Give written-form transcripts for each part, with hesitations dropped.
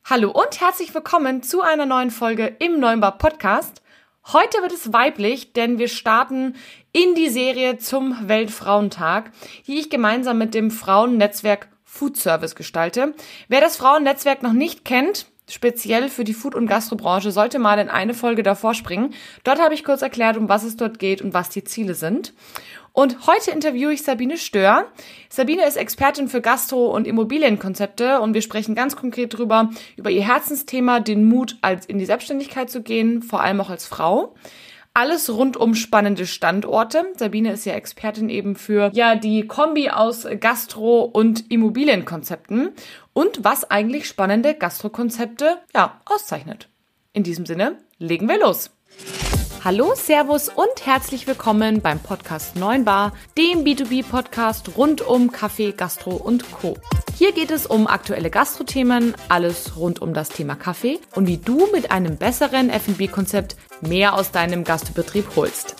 Hallo und herzlich willkommen zu einer neuen Folge im Neuenbar Podcast. Heute wird es weiblich, denn wir starten in die Serie zum Weltfrauentag, die ich gemeinsam mit dem Frauennetzwerk Food Service gestalte. Wer das Frauennetzwerk noch nicht kennt, speziell für die Food- und Gastrobranche, sollte mal in eine Folge davor springen. Dort habe ich kurz erklärt, um was es dort geht und was die Ziele sind. Und heute interviewe ich Sabine Stör. Sabine ist Expertin für Gastro- und Immobilienkonzepte und wir sprechen ganz konkret über ihr Herzensthema, den Mut, in die Selbstständigkeit zu gehen, vor allem auch als Frau. Alles rund um spannende Standorte. Sabine ist ja Expertin eben für die Kombi aus Gastro- und Immobilienkonzepten und was eigentlich spannende Gastrokonzepte auszeichnet. In diesem Sinne, legen wir los. Hallo, Servus und herzlich willkommen beim Podcast Neuenbar, dem B2B-Podcast rund um Kaffee, Gastro und Co. Hier geht es um aktuelle Gastrothemen, alles rund um das Thema Kaffee und wie du mit einem besseren F&B-Konzept mehr aus deinem Gastbetrieb holst.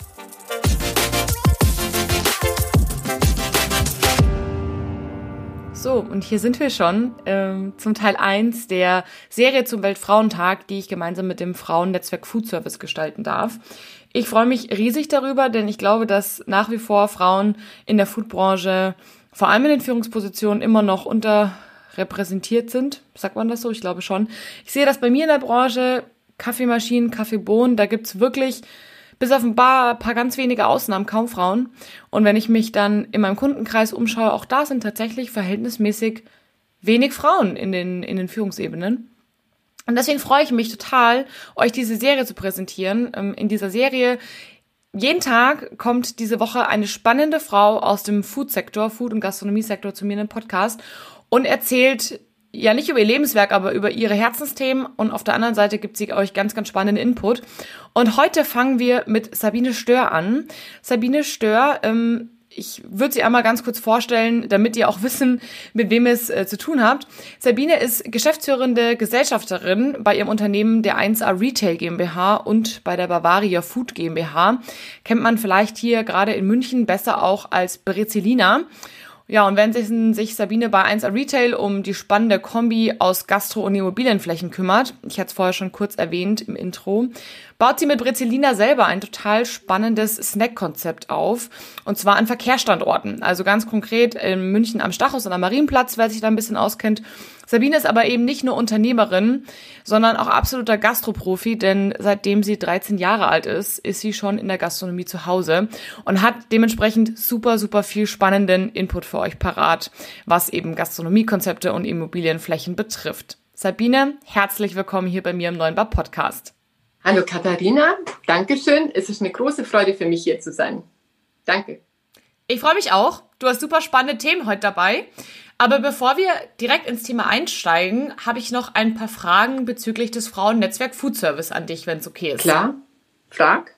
So, und hier sind wir schon zum Teil 1 der Serie zum Weltfrauentag, die ich gemeinsam mit dem Frauennetzwerk Food Service gestalten darf. Ich freue mich riesig darüber, denn ich glaube, dass nach wie vor Frauen in der Foodbranche, vor allem in den Führungspositionen, immer noch unterrepräsentiert sind. Sagt man das so? Ich glaube schon. Ich sehe das bei mir in der Branche, Kaffeemaschinen, Kaffeebohnen, da gibt's wirklich bis auf ein paar ganz wenige Ausnahmen kaum Frauen. Und wenn ich mich dann in meinem Kundenkreis umschaue, auch da sind tatsächlich verhältnismäßig wenig Frauen in den Führungsebenen. Und deswegen freue ich mich total, euch diese Serie zu präsentieren. In dieser Serie, jeden Tag kommt diese Woche eine spannende Frau aus dem Food-Sektor, Food- und Gastronomiesektor zu mir in den Podcast und erzählt nicht über ihr Lebenswerk, aber über ihre Herzensthemen. Und auf der anderen Seite gibt sie euch ganz, ganz spannenden Input. Und heute fangen wir mit Sabine Stör an. Sabine Stör, ich würde sie einmal ganz kurz vorstellen, damit ihr auch wissen, mit wem ihr es zu tun habt. Sabine ist geschäftsführende Gesellschafterin bei ihrem Unternehmen der 1A Retail GmbH und bei der Bavaria Food GmbH. Kennt man vielleicht hier gerade in München besser auch als Brezelina. Ja, und wenn sich Sabine bei 1A Retail um die spannende Kombi aus Gastro- und Immobilienflächen kümmert, ich hatte es vorher schon kurz erwähnt im Intro, baut sie mit Brezelina selber ein total spannendes Snack-Konzept auf, und zwar an Verkehrsstandorten. Also ganz konkret in München am Stachus und am Marienplatz, wer sich da ein bisschen auskennt. Sabine ist aber eben nicht nur Unternehmerin, sondern auch absoluter Gastroprofi, denn seitdem sie 13 Jahre alt ist sie schon in der Gastronomie zu Hause und hat dementsprechend super, super viel spannenden Input für euch parat, was eben Gastronomiekonzepte und Immobilienflächen betrifft. Sabine, herzlich willkommen hier bei mir im Neuenbar Podcast. Hallo Katharina, Dankeschön. Es ist eine große Freude für mich, hier zu sein. Danke. Ich freue mich auch. Du hast super spannende Themen heute dabei. Aber bevor wir direkt ins Thema einsteigen, habe ich noch ein paar Fragen bezüglich des Frauennetzwerk Food Service an dich, wenn es okay ist. Klar, frag.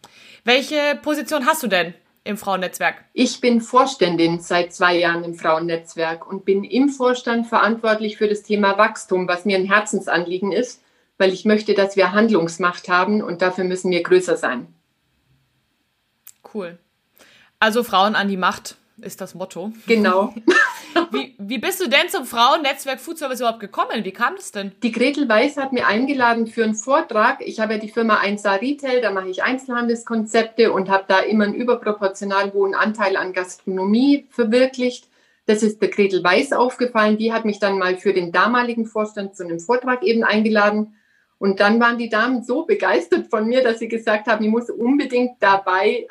Welche Position hast du denn im Frauennetzwerk? Ich bin Vorständin seit 2 Jahren im Frauennetzwerk und bin im Vorstand verantwortlich für das Thema Wachstum, was mir ein Herzensanliegen ist, weil ich möchte, dass wir Handlungsmacht haben und dafür müssen wir größer sein. Cool. Also Frauen an die Macht ist das Motto. Genau. Wie bist du denn zum Frauennetzwerk Food Service überhaupt gekommen? Wie kam das denn? Die Gretel Weiß hat mir eingeladen für einen Vortrag. Ich habe ja die Firma 1A Retail, da mache ich Einzelhandelskonzepte und habe da immer einen überproportional hohen Anteil an Gastronomie verwirklicht. Das ist der Gretel Weiß aufgefallen. Die hat mich dann mal für den damaligen Vorstand zu einem Vortrag eben eingeladen. Und dann waren die Damen so begeistert von mir, dass sie gesagt haben, ich muss unbedingt dabei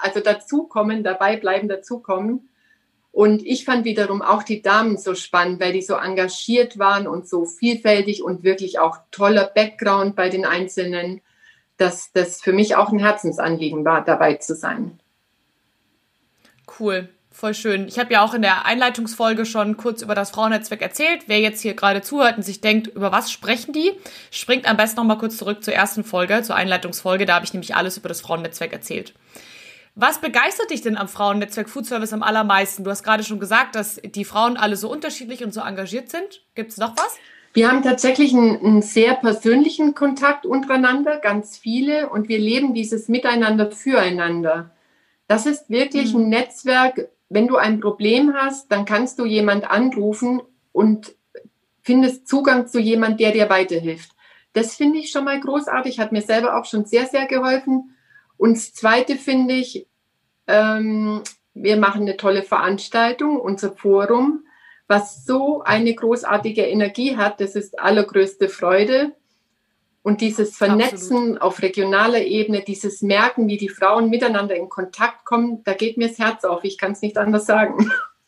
bleiben. Und ich fand wiederum auch die Damen so spannend, weil die so engagiert waren und so vielfältig und wirklich auch toller Background bei den Einzelnen, dass das für mich auch ein Herzensanliegen war, dabei zu sein. Cool, voll schön. Ich habe ja auch in der Einleitungsfolge schon kurz über das Frauennetzwerk erzählt. Wer jetzt hier gerade zuhört und sich denkt, über was sprechen die, springt am besten nochmal kurz zurück zur ersten Folge, zur Einleitungsfolge. Da habe ich nämlich alles über das Frauennetzwerk erzählt. Was begeistert dich denn am Frauennetzwerk Food Service am allermeisten? Du hast gerade schon gesagt, dass die Frauen alle so unterschiedlich und so engagiert sind. Gibt es noch was? Wir haben tatsächlich einen sehr persönlichen Kontakt untereinander, ganz viele, und wir leben dieses Miteinander füreinander. Das ist wirklich ein Netzwerk. Wenn du ein Problem hast, dann kannst du jemand anrufen und findest Zugang zu jemand, der dir weiterhilft. Das finde ich schon mal großartig, hat mir selber auch schon sehr, sehr geholfen. Und das Zweite finde ich, wir machen eine tolle Veranstaltung, unser Forum, was so eine großartige Energie hat, das ist allergrößte Freude. Und dieses Vernetzen Absolut. Auf regionaler Ebene, dieses Merken, wie die Frauen miteinander in Kontakt kommen, da geht mir das Herz auf. Ich kann es nicht anders sagen.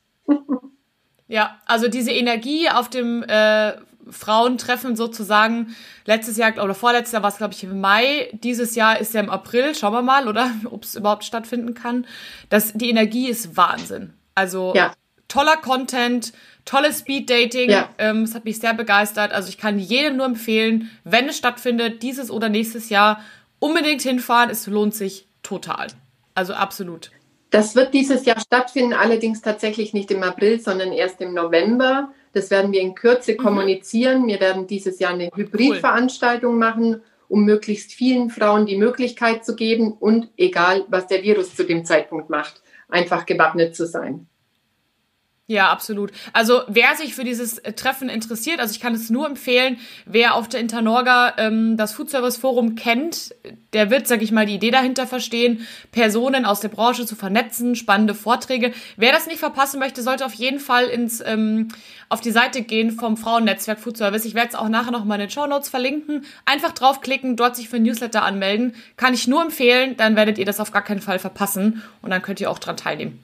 Ja, also diese Energie auf dem Frauentreffen sozusagen, letztes Jahr oder vorletztes Jahr war es, glaube ich, im Mai. Dieses Jahr ist ja im April. Schauen wir mal, oder? Ob es überhaupt stattfinden kann. Die Energie ist Wahnsinn. Also toller Content, tolles Speed-Dating. Ja. Das hat mich sehr begeistert. Also ich kann jedem nur empfehlen, wenn es stattfindet, dieses oder nächstes Jahr, unbedingt hinfahren. Es lohnt sich total. Also absolut. Das wird dieses Jahr stattfinden, allerdings tatsächlich nicht im April, sondern erst im November. Das werden wir in Kürze kommunizieren. Wir werden dieses Jahr eine Hybridveranstaltung machen, um möglichst vielen Frauen die Möglichkeit zu geben und egal, was der Virus zu dem Zeitpunkt macht, einfach gewappnet zu sein. Ja, absolut. Also wer sich für dieses Treffen interessiert, also ich kann es nur empfehlen, wer auf der Internorga das Food Service Forum kennt, der wird, sag ich mal, die Idee dahinter verstehen, Personen aus der Branche zu vernetzen, spannende Vorträge. Wer das nicht verpassen möchte, sollte auf jeden Fall auf die Seite gehen vom Frauennetzwerk Food Service. Ich werde es auch nachher noch mal in den Shownotes verlinken. Einfach draufklicken, dort sich für ein Newsletter anmelden. Kann ich nur empfehlen, dann werdet ihr das auf gar keinen Fall verpassen und dann könnt ihr auch dran teilnehmen.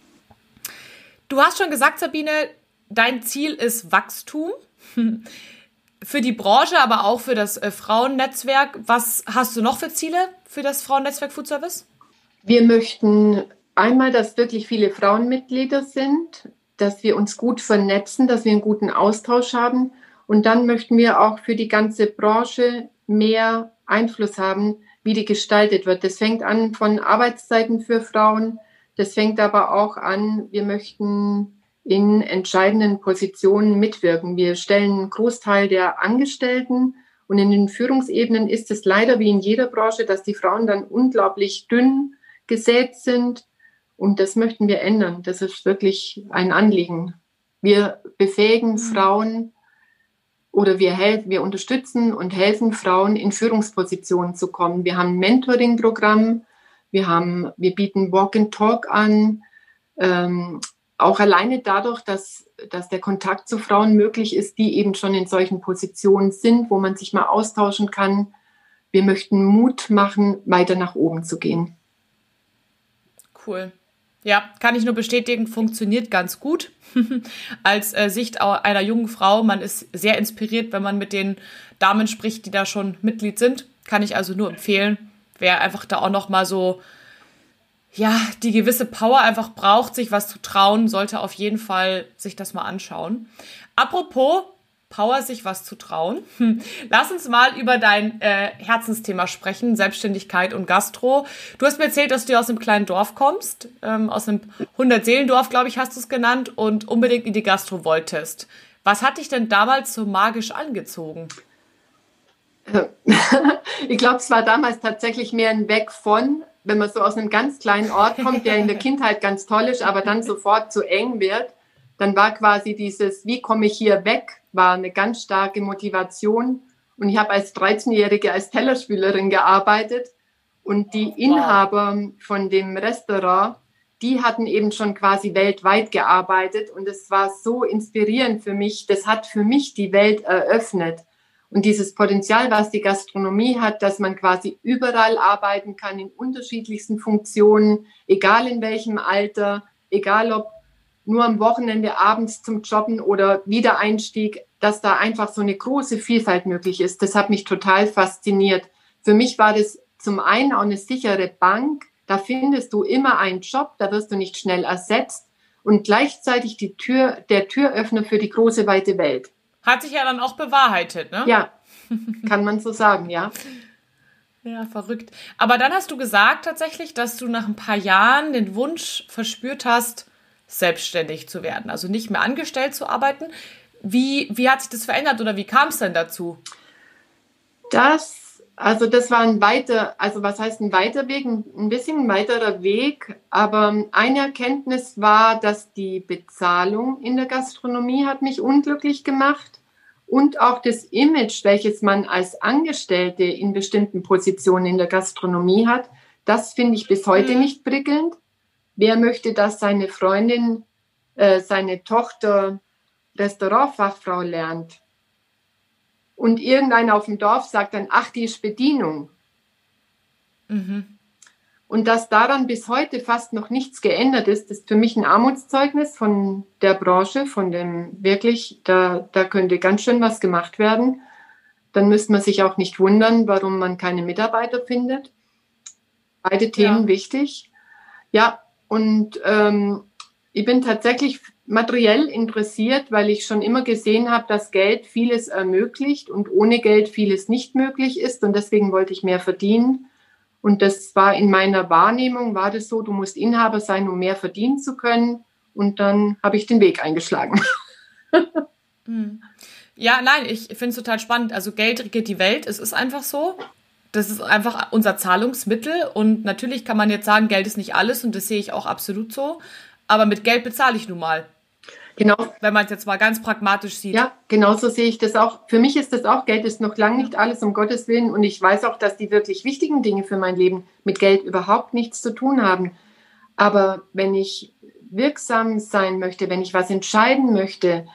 Du hast schon gesagt, Sabine, dein Ziel ist Wachstum für die Branche, aber auch für das Frauennetzwerk. Was hast du noch für Ziele für das Frauennetzwerk Food Service? Wir möchten einmal, dass wirklich viele Frauenmitglieder sind, dass wir uns gut vernetzen, dass wir einen guten Austausch haben. Und dann möchten wir auch für die ganze Branche mehr Einfluss haben, wie die gestaltet wird. Das fängt an von Arbeitszeiten für Frauen. Das fängt aber auch an, wir möchten in entscheidenden Positionen mitwirken. Wir stellen einen Großteil der Angestellten und in den Führungsebenen ist es leider wie in jeder Branche, dass die Frauen dann unglaublich dünn gesät sind und das möchten wir ändern. Das ist wirklich ein Anliegen. Wir befähigen Frauen oder wir unterstützen und helfen Frauen in Führungspositionen zu kommen. Wir haben ein Mentoring-Programm. Wir bieten Walk and Talk an, auch alleine dadurch, dass der Kontakt zu Frauen möglich ist, die eben schon in solchen Positionen sind, wo man sich mal austauschen kann. Wir möchten Mut machen, weiter nach oben zu gehen. Cool. Ja, kann ich nur bestätigen, funktioniert ganz gut. Als Sicht einer jungen Frau, man ist sehr inspiriert, wenn man mit den Damen spricht, die da schon Mitglied sind. Kann ich also nur empfehlen. Wer einfach da auch noch mal so, ja, die gewisse Power einfach braucht, sich was zu trauen, sollte auf jeden Fall sich das mal anschauen. Apropos Power, sich was zu trauen. Lass uns mal über dein Herzensthema sprechen, Selbstständigkeit und Gastro. Du hast mir erzählt, dass du aus einem kleinen Dorf kommst, aus einem 100-Seelendorf, glaube ich, hast du es genannt, und unbedingt in die Gastro wolltest. Was hat dich denn damals so magisch angezogen? Ich glaube, es war damals tatsächlich mehr ein Weg von, wenn man so aus einem ganz kleinen Ort kommt, der in der Kindheit ganz toll ist, aber dann sofort zu eng wird, dann war quasi dieses, wie komme ich hier weg, war eine ganz starke Motivation. Und ich habe als 13-Jährige als Tellerspülerin gearbeitet und die Inhaber von dem Restaurant, die hatten eben schon quasi weltweit gearbeitet und es war so inspirierend für mich. Das hat für mich die Welt eröffnet. Und dieses Potenzial, was die Gastronomie hat, dass man quasi überall arbeiten kann, in unterschiedlichsten Funktionen, egal in welchem Alter, egal ob nur am Wochenende abends zum Jobben oder Wiedereinstieg, dass da einfach so eine große Vielfalt möglich ist. Das hat mich total fasziniert. Für mich war das zum einen auch eine sichere Bank. Da findest du immer einen Job, da wirst du nicht schnell ersetzt und gleichzeitig der Türöffner für die große, weite Welt. Hat sich ja dann auch bewahrheitet, ne? Ja, kann man so sagen, ja. Ja, verrückt. Aber dann hast du gesagt tatsächlich, dass du nach ein paar Jahren den Wunsch verspürt hast, selbstständig zu werden, also nicht mehr angestellt zu arbeiten. Wie hat sich das verändert oder wie kam es denn dazu? Das war ein was heißt ein weiter Weg? Ein bisschen ein weiterer Weg, aber eine Erkenntnis war, dass die Bezahlung in der Gastronomie hat mich unglücklich gemacht und auch das Image, welches man als Angestellte in bestimmten Positionen in der Gastronomie hat, das finde ich bis heute nicht prickelnd. Wer möchte, dass seine Freundin, seine Tochter Restaurantfachfrau lernt? Und irgendeiner auf dem Dorf sagt dann, ach, die ist Bedienung. Und dass daran bis heute fast noch nichts geändert ist, ist für mich ein Armutszeugnis von der Branche, von dem wirklich, da könnte ganz schön was gemacht werden. Dann müsste man sich auch nicht wundern, warum man keine Mitarbeiter findet. Beide Themen wichtig. Ja, und ich bin tatsächlich materiell interessiert, weil ich schon immer gesehen habe, dass Geld vieles ermöglicht und ohne Geld vieles nicht möglich ist. Und deswegen wollte ich mehr verdienen. Und das war in meiner Wahrnehmung, war das so, du musst Inhaber sein, um mehr verdienen zu können. Und dann habe ich den Weg eingeschlagen. Ja, nein, ich finde es total spannend. Also Geld regiert die Welt, es ist einfach so. Das ist einfach unser Zahlungsmittel. Und natürlich kann man jetzt sagen, Geld ist nicht alles und das sehe ich auch absolut so. Aber mit Geld bezahle ich nun mal. Genau. Wenn man es jetzt mal ganz pragmatisch sieht. Ja, genau so sehe ich das auch. Für mich ist das auch, Geld ist noch lange nicht alles, um Gottes Willen. Und ich weiß auch, dass die wirklich wichtigen Dinge für mein Leben mit Geld überhaupt nichts zu tun haben. Aber wenn ich wirksam sein möchte, wenn ich was entscheiden möchte,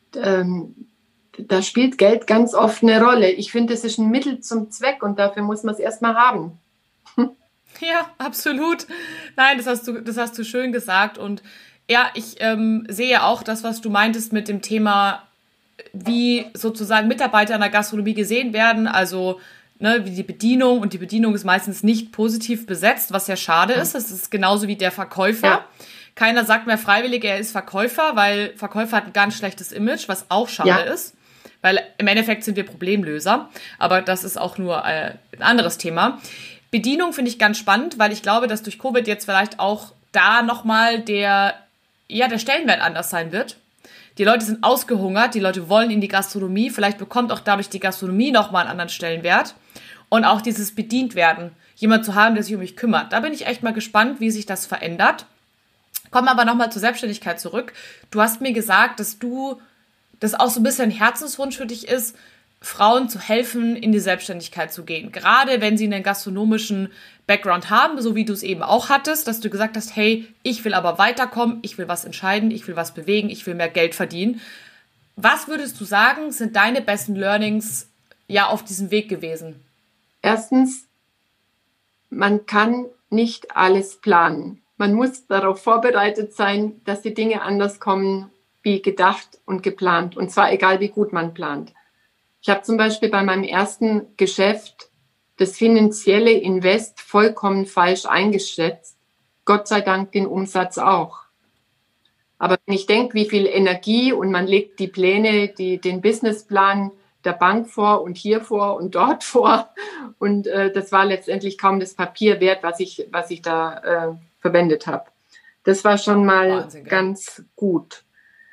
da spielt Geld ganz oft eine Rolle. Ich finde, das ist ein Mittel zum Zweck und dafür muss man es erstmal haben. Ja, absolut. Nein, das hast du schön gesagt. Und ja, ich sehe auch das, was du meintest mit dem Thema, wie sozusagen Mitarbeiter in der Gastronomie gesehen werden. Also wie die Bedienung. Und die Bedienung ist meistens nicht positiv besetzt, was ja schade ist. Das ist genauso wie der Verkäufer. Ja. Keiner sagt mehr freiwillig, er ist Verkäufer, weil Verkäufer hat ein ganz schlechtes Image, was auch schade ist. Weil im Endeffekt sind wir Problemlöser. Aber das ist auch nur ein anderes Thema. Bedienung finde ich ganz spannend, weil ich glaube, dass durch Covid jetzt vielleicht auch da nochmal der Stellenwert anders sein wird. Die Leute sind ausgehungert, die Leute wollen in die Gastronomie, vielleicht bekommt auch dadurch die Gastronomie nochmal einen anderen Stellenwert. Und auch dieses bedient werden, jemand zu haben, der sich um mich kümmert. Da bin ich echt mal gespannt, wie sich das verändert. Kommen aber nochmal zur Selbstständigkeit zurück. Du hast mir gesagt, dass das auch so ein bisschen ein Herzenswunsch für dich ist, Frauen zu helfen, in die Selbstständigkeit zu gehen. Gerade wenn sie einen gastronomischen Background haben, so wie du es eben auch hattest, dass du gesagt hast, hey, ich will aber weiterkommen, ich will was entscheiden, ich will was bewegen, ich will mehr Geld verdienen. Was würdest du sagen, sind deine besten Learnings auf diesem Weg gewesen? Erstens, man kann nicht alles planen. Man muss darauf vorbereitet sein, dass die Dinge anders kommen, wie gedacht und geplant. Und zwar egal, wie gut man plant. Ich habe zum Beispiel bei meinem ersten Geschäft das finanzielle Invest vollkommen falsch eingeschätzt. Gott sei Dank den Umsatz auch. Aber wenn ich denke, wie viel Energie und man legt die Pläne, den Businessplan der Bank vor und hier vor und dort vor und das war letztendlich kaum das Papier wert, was ich da verwendet habe. Das war schon mal Wahnsinn, ganz gut.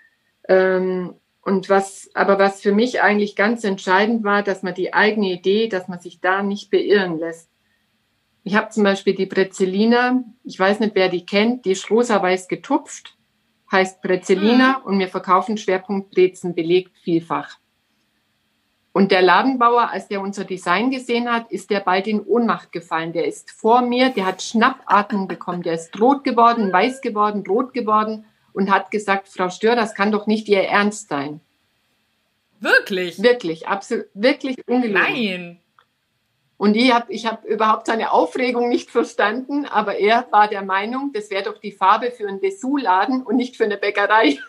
Und was für mich eigentlich ganz entscheidend war, dass man die eigene Idee, dass man sich da nicht beirren lässt. Ich habe zum Beispiel die Brezelina, ich weiß nicht, wer die kennt, die ist rosa-weiß getupft, heißt Brezelina und wir verkaufen Schwerpunkt Brezen belegt vielfach. Und der Ladenbauer, als der unser Design gesehen hat, ist der bald in Ohnmacht gefallen. Der ist vor mir, der hat Schnappatmung bekommen, der ist rot geworden, weiß geworden, rot geworden. Und hat gesagt, Frau Stör, das kann doch nicht Ihr Ernst sein. Wirklich? Wirklich, absolut, wirklich ungelogen. Nein. Und ich hab überhaupt seine Aufregung nicht verstanden, aber er war der Meinung, das wäre doch die Farbe für einen Dessous-Laden und nicht für eine Bäckerei.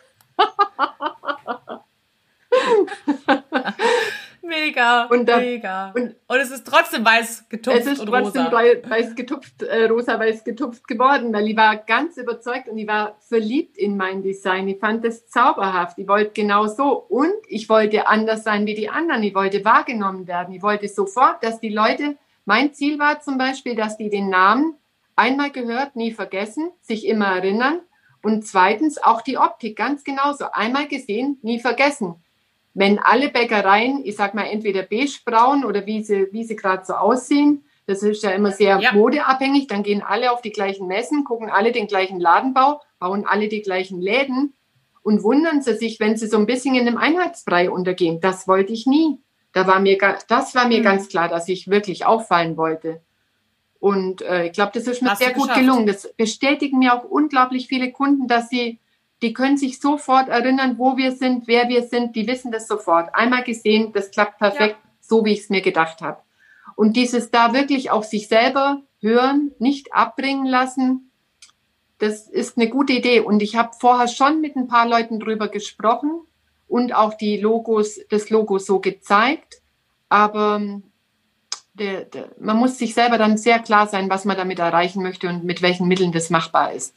Mega, mega. Und es ist trotzdem weiß getupft und rosa. Es ist trotzdem rosa-weiß getupft geworden, weil ich war ganz überzeugt und ich war verliebt in mein Design. Ich fand das zauberhaft. Ich wollte genau so. Und ich wollte anders sein wie die anderen. Ich wollte wahrgenommen werden. Ich wollte sofort, dass die Leute, mein Ziel war zum Beispiel, dass die den Namen einmal gehört, nie vergessen, sich immer erinnern. Und zweitens auch die Optik, ganz genauso. Einmal gesehen, nie vergessen. Wenn alle Bäckereien, ich sag mal, entweder beigebraun oder wie sie gerade so aussehen, das ist ja immer sehr modeabhängig, dann gehen alle auf die gleichen Messen, gucken alle den gleichen Ladenbau, bauen alle die gleichen Läden und wundern sie sich, wenn sie so ein bisschen in einem Einheitsbrei untergehen. Das wollte ich nie. Das war mir ganz klar, dass ich wirklich auffallen wollte. Und ich glaube, das ist mir sehr gut gelungen. Das bestätigen mir auch unglaublich viele Kunden, dass die können sich sofort erinnern, wo wir sind, wer wir sind. Die wissen das sofort. Einmal gesehen, das klappt perfekt, so wie ich es mir gedacht habe. Und dieses da wirklich auf sich selber hören, nicht abbringen lassen, das ist eine gute Idee. Und ich habe vorher schon mit ein paar Leuten drüber gesprochen und auch das Logo so gezeigt. Aber man muss sich selber dann sehr klar sein, was man damit erreichen möchte und mit welchen Mitteln das machbar ist.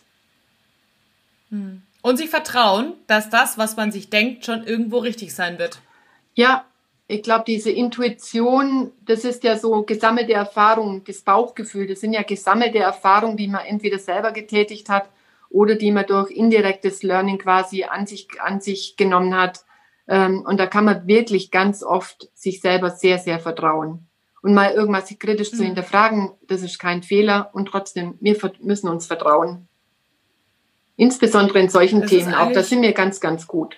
Und sich vertrauen, dass das, was man sich denkt, schon irgendwo richtig sein wird. Ja, ich glaube, diese Intuition, das ist ja so gesammelte Erfahrung, das Bauchgefühl, das sind ja gesammelte Erfahrungen, die man entweder selber getätigt hat oder die man durch indirektes Learning quasi an sich genommen hat. Und da kann man wirklich ganz oft sich selber sehr, sehr vertrauen. Und mal irgendwas kritisch zu hinterfragen, das ist kein Fehler. Und trotzdem, wir müssen uns vertrauen. Insbesondere in solchen Themen auch. Da sind wir ganz, ganz gut.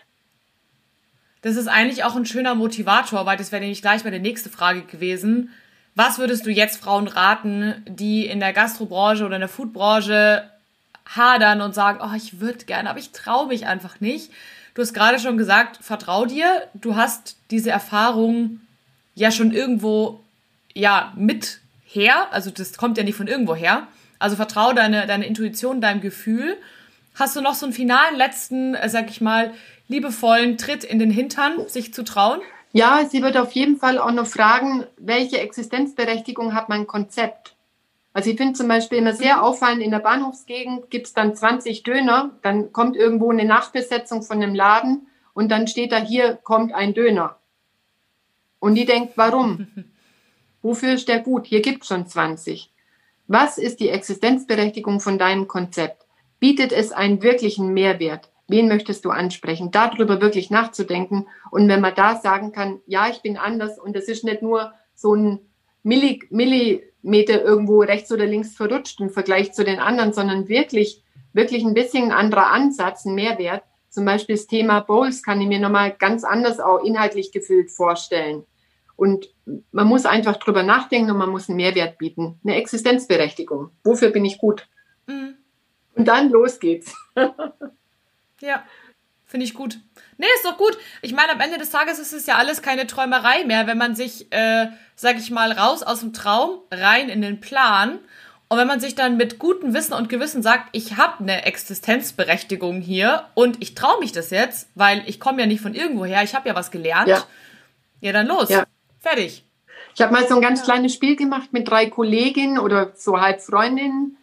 Das ist eigentlich auch ein schöner Motivator, weil das wäre nämlich gleich meine nächste Frage gewesen. Was würdest du jetzt Frauen raten, die in der Gastrobranche oder in der Foodbranche hadern und sagen, oh, ich würde gerne, aber ich traue mich einfach nicht? Du hast gerade schon gesagt, vertrau dir. Du hast diese Erfahrung ja schon irgendwo mit her. Also das kommt ja nicht von irgendwo her. Also vertrau deine Intuition, deinem Gefühl. Hast du noch so einen finalen, letzten, sag ich mal, liebevollen Tritt in den Hintern, sich zu trauen? Ja, sie wird auf jeden Fall auch noch fragen, welche Existenzberechtigung hat mein Konzept? Also ich finde zum Beispiel immer sehr auffallend, in der Bahnhofsgegend gibt es dann 20 Döner, dann kommt irgendwo eine Nachbesetzung von einem Laden und dann steht da, hier kommt ein Döner. Und die denkt, warum? Wofür ist der gut? Hier gibt es schon 20. Was ist die Existenzberechtigung von deinem Konzept? Bietet es einen wirklichen Mehrwert? Wen möchtest du ansprechen? Darüber wirklich nachzudenken. Und wenn man da sagen kann, ja, ich bin anders und es ist nicht nur so ein Millimeter irgendwo rechts oder links verrutscht im Vergleich zu den anderen, sondern wirklich ein bisschen ein anderer Ansatz, ein Mehrwert. Zum Beispiel das Thema Bowls kann ich mir nochmal ganz anders auch inhaltlich gefüllt vorstellen. Und man muss einfach drüber nachdenken und man muss einen Mehrwert bieten. Eine Existenzberechtigung. Wofür bin ich gut? Mhm. Und dann los geht's. Ja, finde ich gut. Nee, ist doch gut. Ich meine, am Ende des Tages ist es ja alles keine Träumerei mehr, wenn man sich, sag ich mal, raus aus dem Traum, rein in den Plan. Und wenn man sich dann mit gutem Wissen und Gewissen sagt, ich habe eine Existenzberechtigung hier und ich traue mich das jetzt, weil ich komme ja nicht von irgendwo her, ich habe ja was gelernt. Ja, dann los. Ja. Fertig. Ich habe mal so ein ganz kleines Spiel gemacht mit 3 Kolleginnen oder so halb Freundinnen.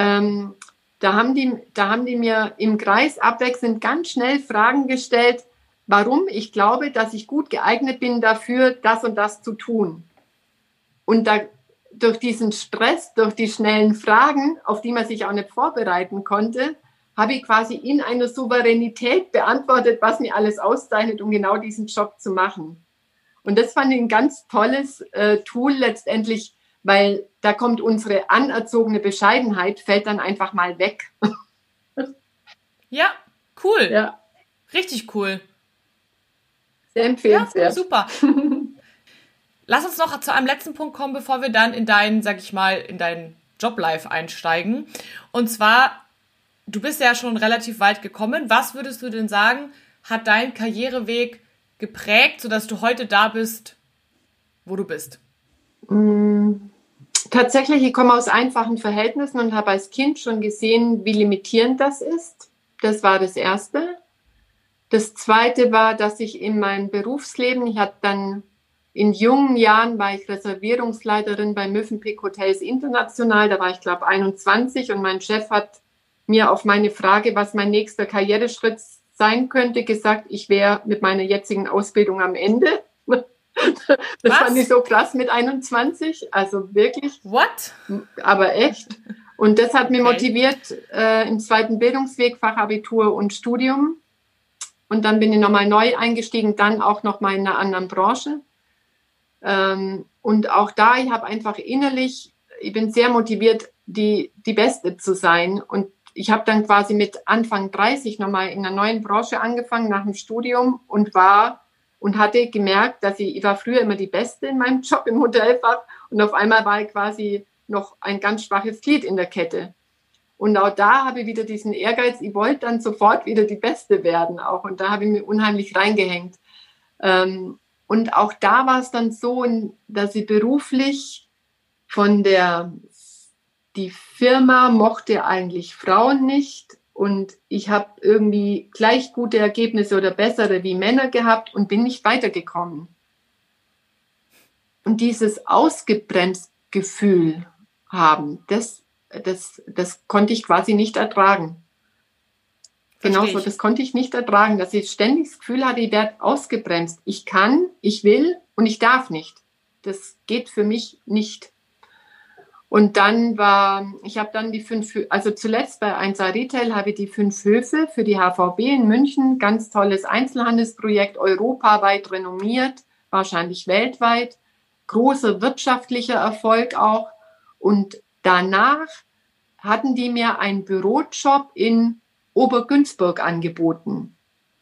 Da haben die mir im Kreis abwechselnd ganz schnell Fragen gestellt, warum ich glaube, dass ich gut geeignet bin dafür, das und das zu tun. Und durch diesen Stress, durch die schnellen Fragen, auf die man sich auch nicht vorbereiten konnte, habe ich quasi in einer Souveränität beantwortet, was mir alles auszeichnet, um genau diesen Job zu machen. Und das fand ich ein ganz tolles Tool letztendlich, weil da kommt unsere anerzogene Bescheidenheit, fällt dann einfach mal weg. Ja, cool. Ja. Richtig cool. Sehr empfehlenswert. Ja, super. Lass uns noch zu einem letzten Punkt kommen, bevor wir dann in deinen Joblife einsteigen. Und zwar, du bist ja schon relativ weit gekommen. Was würdest du denn sagen, hat dein Karriereweg geprägt, sodass du heute da bist, wo du bist? Tatsächlich, ich komme aus einfachen Verhältnissen und habe als Kind schon gesehen, wie limitierend das ist. Das war das Erste. Das Zweite war, dass ich in meinem Berufsleben, ich hatte dann in jungen Jahren, war ich Reservierungsleiterin bei Mövenpick Hotels International, da war ich glaube 21 und mein Chef hat mir auf meine Frage, was mein nächster Karriereschritt sein könnte, gesagt, ich wäre mit meiner jetzigen Ausbildung am Ende. Das fand ich so krass mit 21, also wirklich. What? Aber echt. Und das hat mich motiviert im zweiten Bildungsweg, Fachabitur und Studium. Und dann bin ich nochmal neu eingestiegen, dann auch nochmal in einer anderen Branche. Und auch da, ich habe einfach innerlich, ich bin sehr motiviert, die Beste zu sein. Und ich habe dann quasi mit Anfang 30 nochmal in einer neuen Branche angefangen nach dem Studium und hatte gemerkt, dass ich war früher immer die Beste in meinem Job im Hotelfach und auf einmal war ich quasi noch ein ganz schwaches Glied in der Kette. Und auch da habe ich wieder diesen Ehrgeiz, ich wollte dann sofort wieder die Beste werden auch. Und da habe ich mich unheimlich reingehängt. Und auch da war es dann so, dass ich beruflich die Firma mochte eigentlich Frauen nicht. Und ich habe irgendwie gleich gute Ergebnisse oder bessere wie Männer gehabt und bin nicht weitergekommen. Und dieses ausgebremst Gefühl haben, das konnte ich quasi nicht ertragen. Genauso, das konnte ich nicht ertragen, dass ich ständig das Gefühl hatte, ich werde ausgebremst. Ich kann, ich will und ich darf nicht. Das geht für mich nicht. Und dann ich habe dann zuletzt bei 1A Retail habe ich die 5 Höfe für die HVB in München, ganz tolles Einzelhandelsprojekt, europaweit renommiert, wahrscheinlich weltweit, großer wirtschaftlicher Erfolg auch. Und danach hatten die mir einen Bürojob in Obergünzburg angeboten.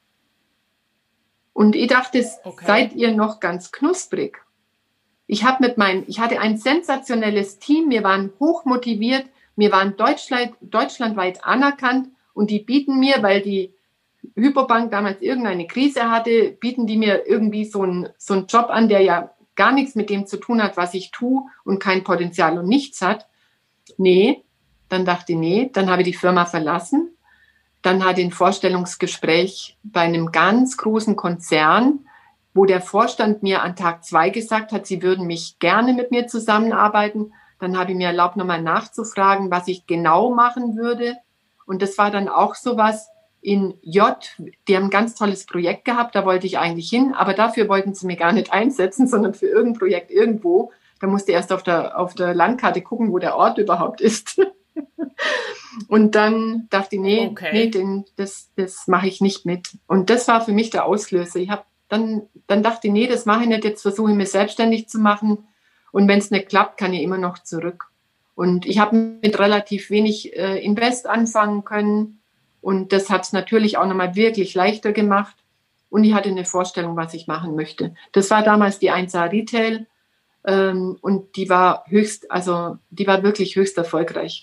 Und ich dachte, seid ihr noch ganz knusprig? Ich hatte ein sensationelles Team, wir waren hochmotiviert, wir waren deutschlandweit anerkannt und die bieten mir, weil die Hypobank damals irgendeine Krise hatte, bieten die mir irgendwie so einen Job an, der ja gar nichts mit dem zu tun hat, was ich tue und kein Potenzial und nichts hat. Dann habe ich die Firma verlassen. Dann hatte ich ein Vorstellungsgespräch bei einem ganz großen Konzern, wo der Vorstand mir an Tag 2 gesagt hat, sie würden mich gerne mit mir zusammenarbeiten. Dann habe ich mir erlaubt, nochmal nachzufragen, was ich genau machen würde. Und das war dann auch sowas in J. Die haben ein ganz tolles Projekt gehabt, da wollte ich eigentlich hin, aber dafür wollten sie mir gar nicht einsetzen, sondern für irgendein Projekt irgendwo. Da musste ich erst auf der Landkarte gucken, wo der Ort überhaupt ist. Und dann dachte ich, das mache ich nicht mit. Und das war für mich der Auslöser. Dann dachte ich, das mache ich nicht, jetzt versuche ich mich selbstständig zu machen. Und wenn es nicht klappt, kann ich immer noch zurück. Und ich habe mit relativ wenig Invest anfangen können. Und das hat es natürlich auch nochmal wirklich leichter gemacht. Und ich hatte eine Vorstellung, was ich machen möchte. Das war damals die 1A Retail. Und die war wirklich höchst erfolgreich.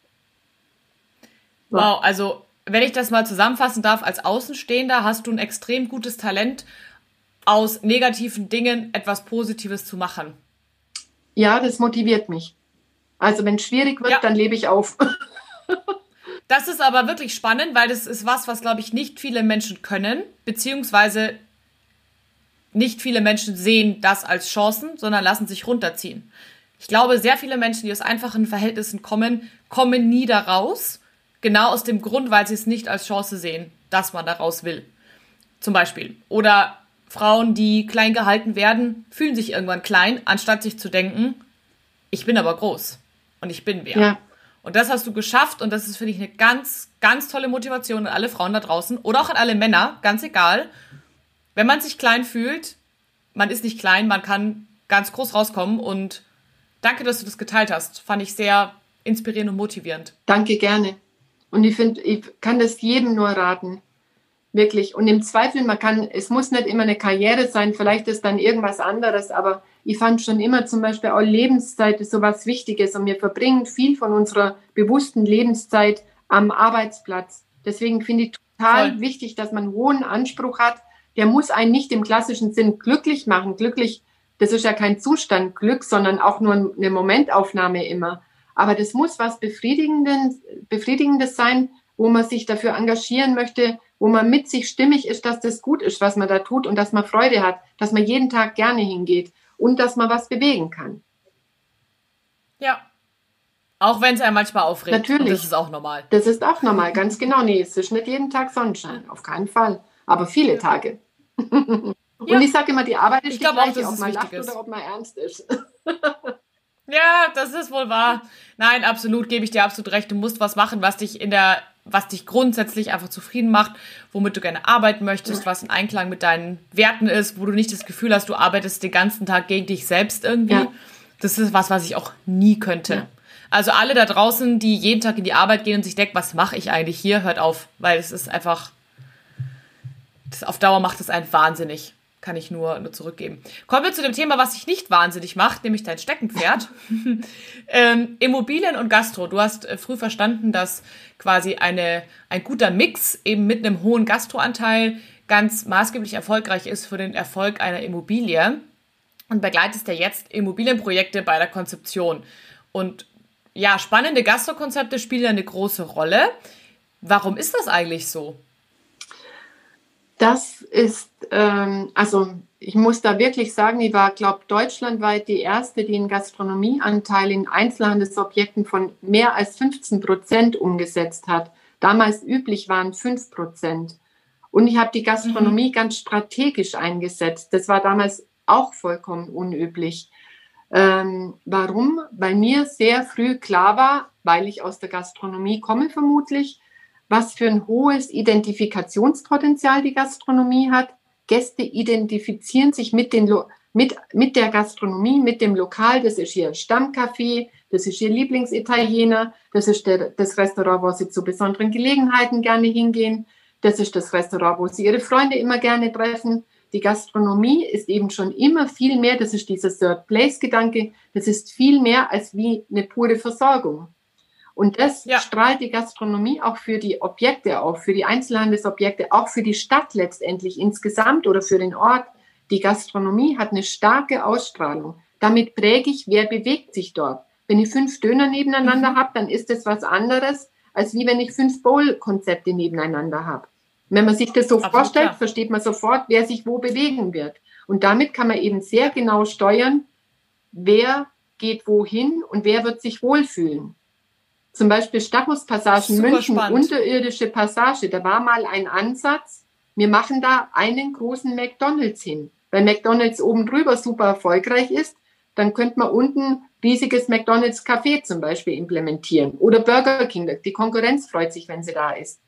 Wow, also wenn ich das mal zusammenfassen darf, als Außenstehender hast du ein extrem gutes Talent, aus negativen Dingen etwas Positives zu machen. Ja, das motiviert mich. Also wenn es schwierig wird, dann lebe ich auf. Das ist aber wirklich spannend, weil das ist was glaube ich, nicht viele Menschen können, beziehungsweise nicht viele Menschen sehen das als Chancen, sondern lassen sich runterziehen. Ich glaube, sehr viele Menschen, die aus einfachen Verhältnissen kommen nie da raus, genau aus dem Grund, weil sie es nicht als Chance sehen, dass man da raus will. Zum Beispiel. Oder Frauen, die klein gehalten werden, fühlen sich irgendwann klein, anstatt sich zu denken, ich bin aber groß und ich bin wer. Ja. Und das hast du geschafft und das ist, finde ich, eine ganz, ganz tolle Motivation an alle Frauen da draußen oder auch an alle Männer, ganz egal. Wenn man sich klein fühlt, man ist nicht klein, man kann ganz groß rauskommen und danke, dass du das geteilt hast. Fand ich sehr inspirierend und motivierend. Danke, gerne. Und ich finde, ich kann das jedem nur raten. Wirklich. Und im Zweifel, es muss nicht immer eine Karriere sein, vielleicht ist dann irgendwas anderes, aber ich fand schon immer zum Beispiel auch Lebenszeit ist sowas Wichtiges und wir verbringen viel von unserer bewussten Lebenszeit am Arbeitsplatz. Deswegen finde ich total wichtig, dass man einen hohen Anspruch hat. Der muss einen nicht im klassischen Sinn glücklich machen. Glücklich, das ist ja kein Zustand Glück, sondern auch nur eine Momentaufnahme immer. Aber das muss was Befriedigendes sein, wo man sich dafür engagieren möchte, wo man mit sich stimmig ist, dass das gut ist, was man da tut und dass man Freude hat, dass man jeden Tag gerne hingeht und dass man was bewegen kann. Ja. Auch wenn es einem manchmal aufregt. Natürlich. Und das ist auch normal. Das ist auch normal, ganz genau. Nee, es ist nicht jeden Tag Sonnenschein, auf keinen Fall. Aber viele Tage. Und ich sage immer, die Arbeit ist die gleiche, ob man lacht oder ob man ernst ist. Ja, das ist wohl wahr. Nein, absolut, gebe ich dir absolut recht. Du musst was machen, was dich grundsätzlich einfach zufrieden macht, womit du gerne arbeiten möchtest, was in Einklang mit deinen Werten ist, wo du nicht das Gefühl hast, du arbeitest den ganzen Tag gegen dich selbst irgendwie. Ja. Das ist was ich auch nie könnte. Ja. Also alle da draußen, die jeden Tag in die Arbeit gehen und sich denken, was mache ich eigentlich hier, hört auf, weil es ist einfach, auf Dauer macht es einen wahnsinnig. Kann ich nur zurückgeben. Kommen wir zu dem Thema, was dich nicht wahnsinnig macht, nämlich dein Steckenpferd. Immobilien und Gastro. Du hast früh verstanden, dass quasi ein guter Mix eben mit einem hohen Gastroanteil ganz maßgeblich erfolgreich ist für den Erfolg einer Immobilie. Und begleitest ja jetzt Immobilienprojekte bei der Konzeption. Und ja, spannende Gastrokonzepte spielen eine große Rolle. Warum ist das eigentlich so? Das ist, also ich muss da wirklich sagen, ich war, glaube ich, deutschlandweit die erste, die einen Gastronomieanteil in Einzelhandelsobjekten von mehr als 15% umgesetzt hat. Damals üblich waren 5%. Und ich habe die Gastronomie ganz strategisch eingesetzt. Das war damals auch vollkommen unüblich. Warum? Weil mir sehr früh klar war, weil ich aus der Gastronomie komme vermutlich, was für ein hohes Identifikationspotenzial die Gastronomie hat. Gäste identifizieren sich mit der Gastronomie, mit dem Lokal. Das ist ihr Stammcafé, das ist ihr Lieblingsitaliener, das ist das Restaurant, wo sie zu besonderen Gelegenheiten gerne hingehen. Das ist das Restaurant, wo sie ihre Freunde immer gerne treffen. Die Gastronomie ist eben schon immer viel mehr, das ist dieser Third-Place-Gedanke, das ist viel mehr als wie eine pure Versorgung. Und das strahlt die Gastronomie auch für die Objekte auf, für die Einzelhandelsobjekte, auch für die Stadt letztendlich insgesamt oder für den Ort. Die Gastronomie hat eine starke Ausstrahlung. Damit präge ich, wer bewegt sich dort. Wenn ich 5 Döner nebeneinander habe, dann ist das was anderes, als wie wenn ich 5 Bowl-Konzepte nebeneinander habe. Wenn man sich das so vorstellt, versteht man sofort, wer sich wo bewegen wird. Und damit kann man eben sehr genau steuern, wer geht wohin und wer wird sich wohlfühlen. Zum Beispiel Stachus-Passagen München, unterirdische Passage. Da war mal ein Ansatz, wir machen da einen großen McDonald's hin. Weil McDonald's oben drüber super erfolgreich ist, dann könnte man unten riesiges McDonald's Café zum Beispiel implementieren. Oder Burger King, die Konkurrenz freut sich, wenn sie da ist.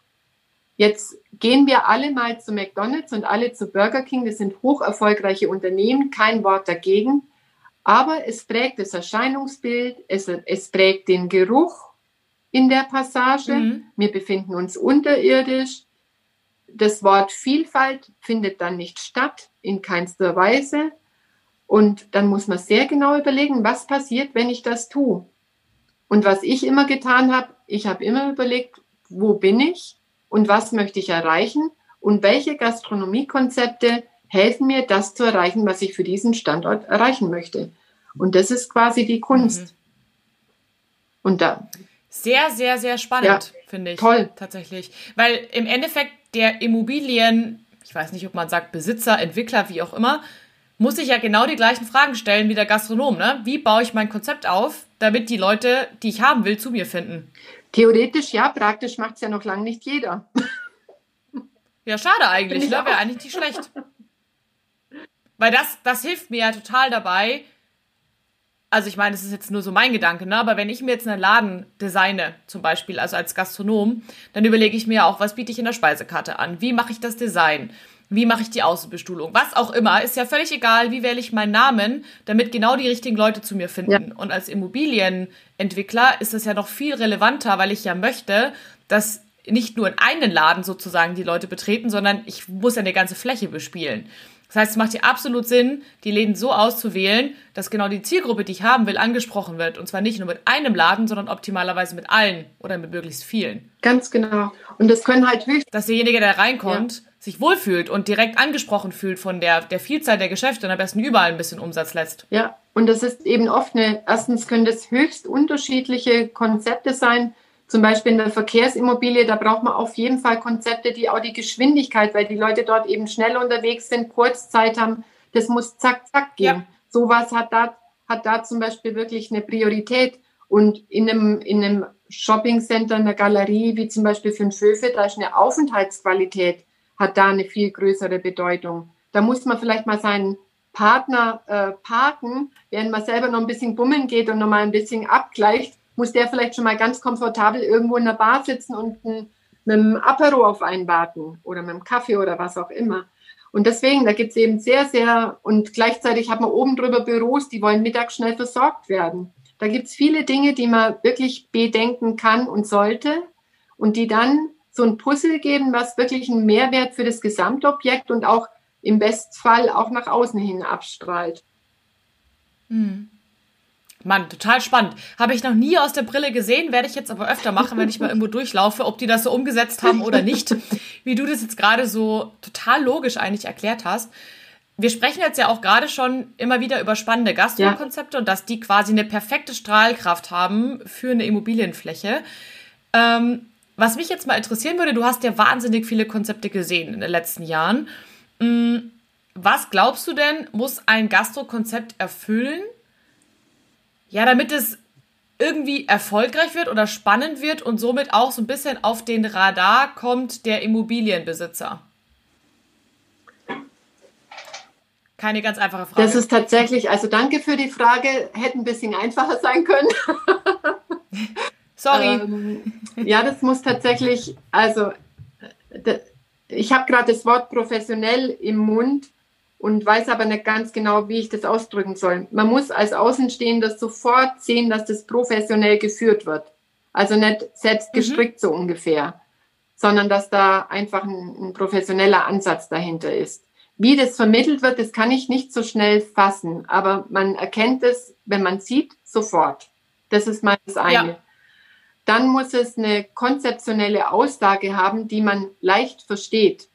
Jetzt gehen wir alle mal zu McDonald's und alle zu Burger King. Das sind hoch erfolgreiche Unternehmen, kein Wort dagegen. Aber es prägt das Erscheinungsbild, es prägt den Geruch in der Passage. Wir befinden uns unterirdisch. Das Wort Vielfalt findet dann nicht statt, in keinster Weise. Und dann muss man sehr genau überlegen, was passiert, wenn ich das tue. Und was ich immer getan habe, ich habe immer überlegt, wo bin ich und was möchte ich erreichen und welche Gastronomiekonzepte helfen mir, das zu erreichen, was ich für diesen Standort erreichen möchte. Und das ist quasi die Kunst. Und da sehr, sehr, sehr spannend, finde ich. Toll. Tatsächlich. Weil im Endeffekt der Immobilien, ich weiß nicht, ob man sagt Besitzer, Entwickler, wie auch immer, muss sich ja genau die gleichen Fragen stellen wie der Gastronom. Ne? Wie baue ich mein Konzept auf, damit die Leute, die ich haben will, zu mir finden? Theoretisch ja, praktisch macht es ja noch lange nicht jeder. Ja, schade eigentlich, ne? Wäre eigentlich nicht schlecht. Weil das hilft mir ja total dabei. Also ich meine, das ist jetzt nur so mein Gedanke, ne? Aber wenn ich mir jetzt einen Laden designe, zum Beispiel, also als Gastronom, dann überlege ich mir auch, was biete ich in der Speisekarte an? Wie mache ich das Design? Wie mache ich die Außenbestuhlung? Was auch immer, ist ja völlig egal, wie wähle ich meinen Namen, damit genau die richtigen Leute zu mir finden. Ja. Und als Immobilienentwickler ist das ja noch viel relevanter, weil ich ja möchte, dass nicht nur in einen Laden sozusagen die Leute betreten, sondern ich muss ja eine ganze Fläche bespielen. Das heißt, es macht hier absolut Sinn, die Läden so auszuwählen, dass genau die Zielgruppe, die ich haben will, angesprochen wird. Und zwar nicht nur mit einem Laden, sondern optimalerweise mit allen oder mit möglichst vielen. Ganz genau. Und das können halt dass derjenige, der reinkommt, sich wohlfühlt und direkt angesprochen fühlt von der Vielzahl der Geschäfte und am besten überall ein bisschen Umsatz lässt. Ja, und das ist eben oft erstens können das höchst unterschiedliche Konzepte sein. Zum Beispiel in der Verkehrsimmobilie, da braucht man auf jeden Fall Konzepte, die auch die Geschwindigkeit, weil die Leute dort eben schnell unterwegs sind, Kurzzeit haben, das muss zack, zack gehen. Ja. Sowas hat da zum Beispiel wirklich eine Priorität. Und in einem Shoppingcenter, in der Galerie, wie zum Beispiel für ein Föfe, da ist eine Aufenthaltsqualität, hat da eine viel größere Bedeutung. Da muss man vielleicht mal seinen Partner parken, während man selber noch ein bisschen bummeln geht und noch mal ein bisschen abgleicht, muss der vielleicht schon mal ganz komfortabel irgendwo in der Bar sitzen und mit einem Apero auf einen warten oder mit einem Kaffee oder was auch immer. Und deswegen, da gibt es eben sehr, sehr, und gleichzeitig hat man oben drüber Büros, die wollen mittags schnell versorgt werden. Da gibt es viele Dinge, die man wirklich bedenken kann und sollte und die dann so ein Puzzle geben, was wirklich einen Mehrwert für das Gesamtobjekt und auch im Bestfall auch nach außen hin abstrahlt. Mann, total spannend. Habe ich noch nie aus der Brille gesehen, werde ich jetzt aber öfter machen, wenn ich mal irgendwo durchlaufe, ob die das so umgesetzt haben oder nicht, wie du das jetzt gerade so total logisch eigentlich erklärt hast. Wir sprechen jetzt ja auch gerade schon immer wieder über spannende Gastro-Konzepte und dass die quasi eine perfekte Strahlkraft haben für eine Immobilienfläche. Was mich jetzt mal interessieren würde, du hast ja wahnsinnig viele Konzepte gesehen in den letzten Jahren. Was glaubst du denn, muss ein Gastro-Konzept erfüllen, ja, damit es irgendwie erfolgreich wird oder spannend wird und somit auch so ein bisschen auf den Radar kommt der Immobilienbesitzer? Keine ganz einfache Frage. Das ist tatsächlich, also danke für die Frage, hätte ein bisschen einfacher sein können. Sorry. Ja, das muss tatsächlich, also ich habe gerade das Wort professionell im Mund und weiß aber nicht ganz genau, wie ich das ausdrücken soll. Man muss als Außenstehender sofort sehen, dass das professionell geführt wird. Also nicht selbst gestrickt so ungefähr, sondern dass da einfach ein professioneller Ansatz dahinter ist. Wie das vermittelt wird, das kann ich nicht so schnell fassen, aber man erkennt es, wenn man sieht, sofort. Das ist mal das eine. Ja. Dann muss es eine konzeptionelle Aussage haben, die man leicht versteht.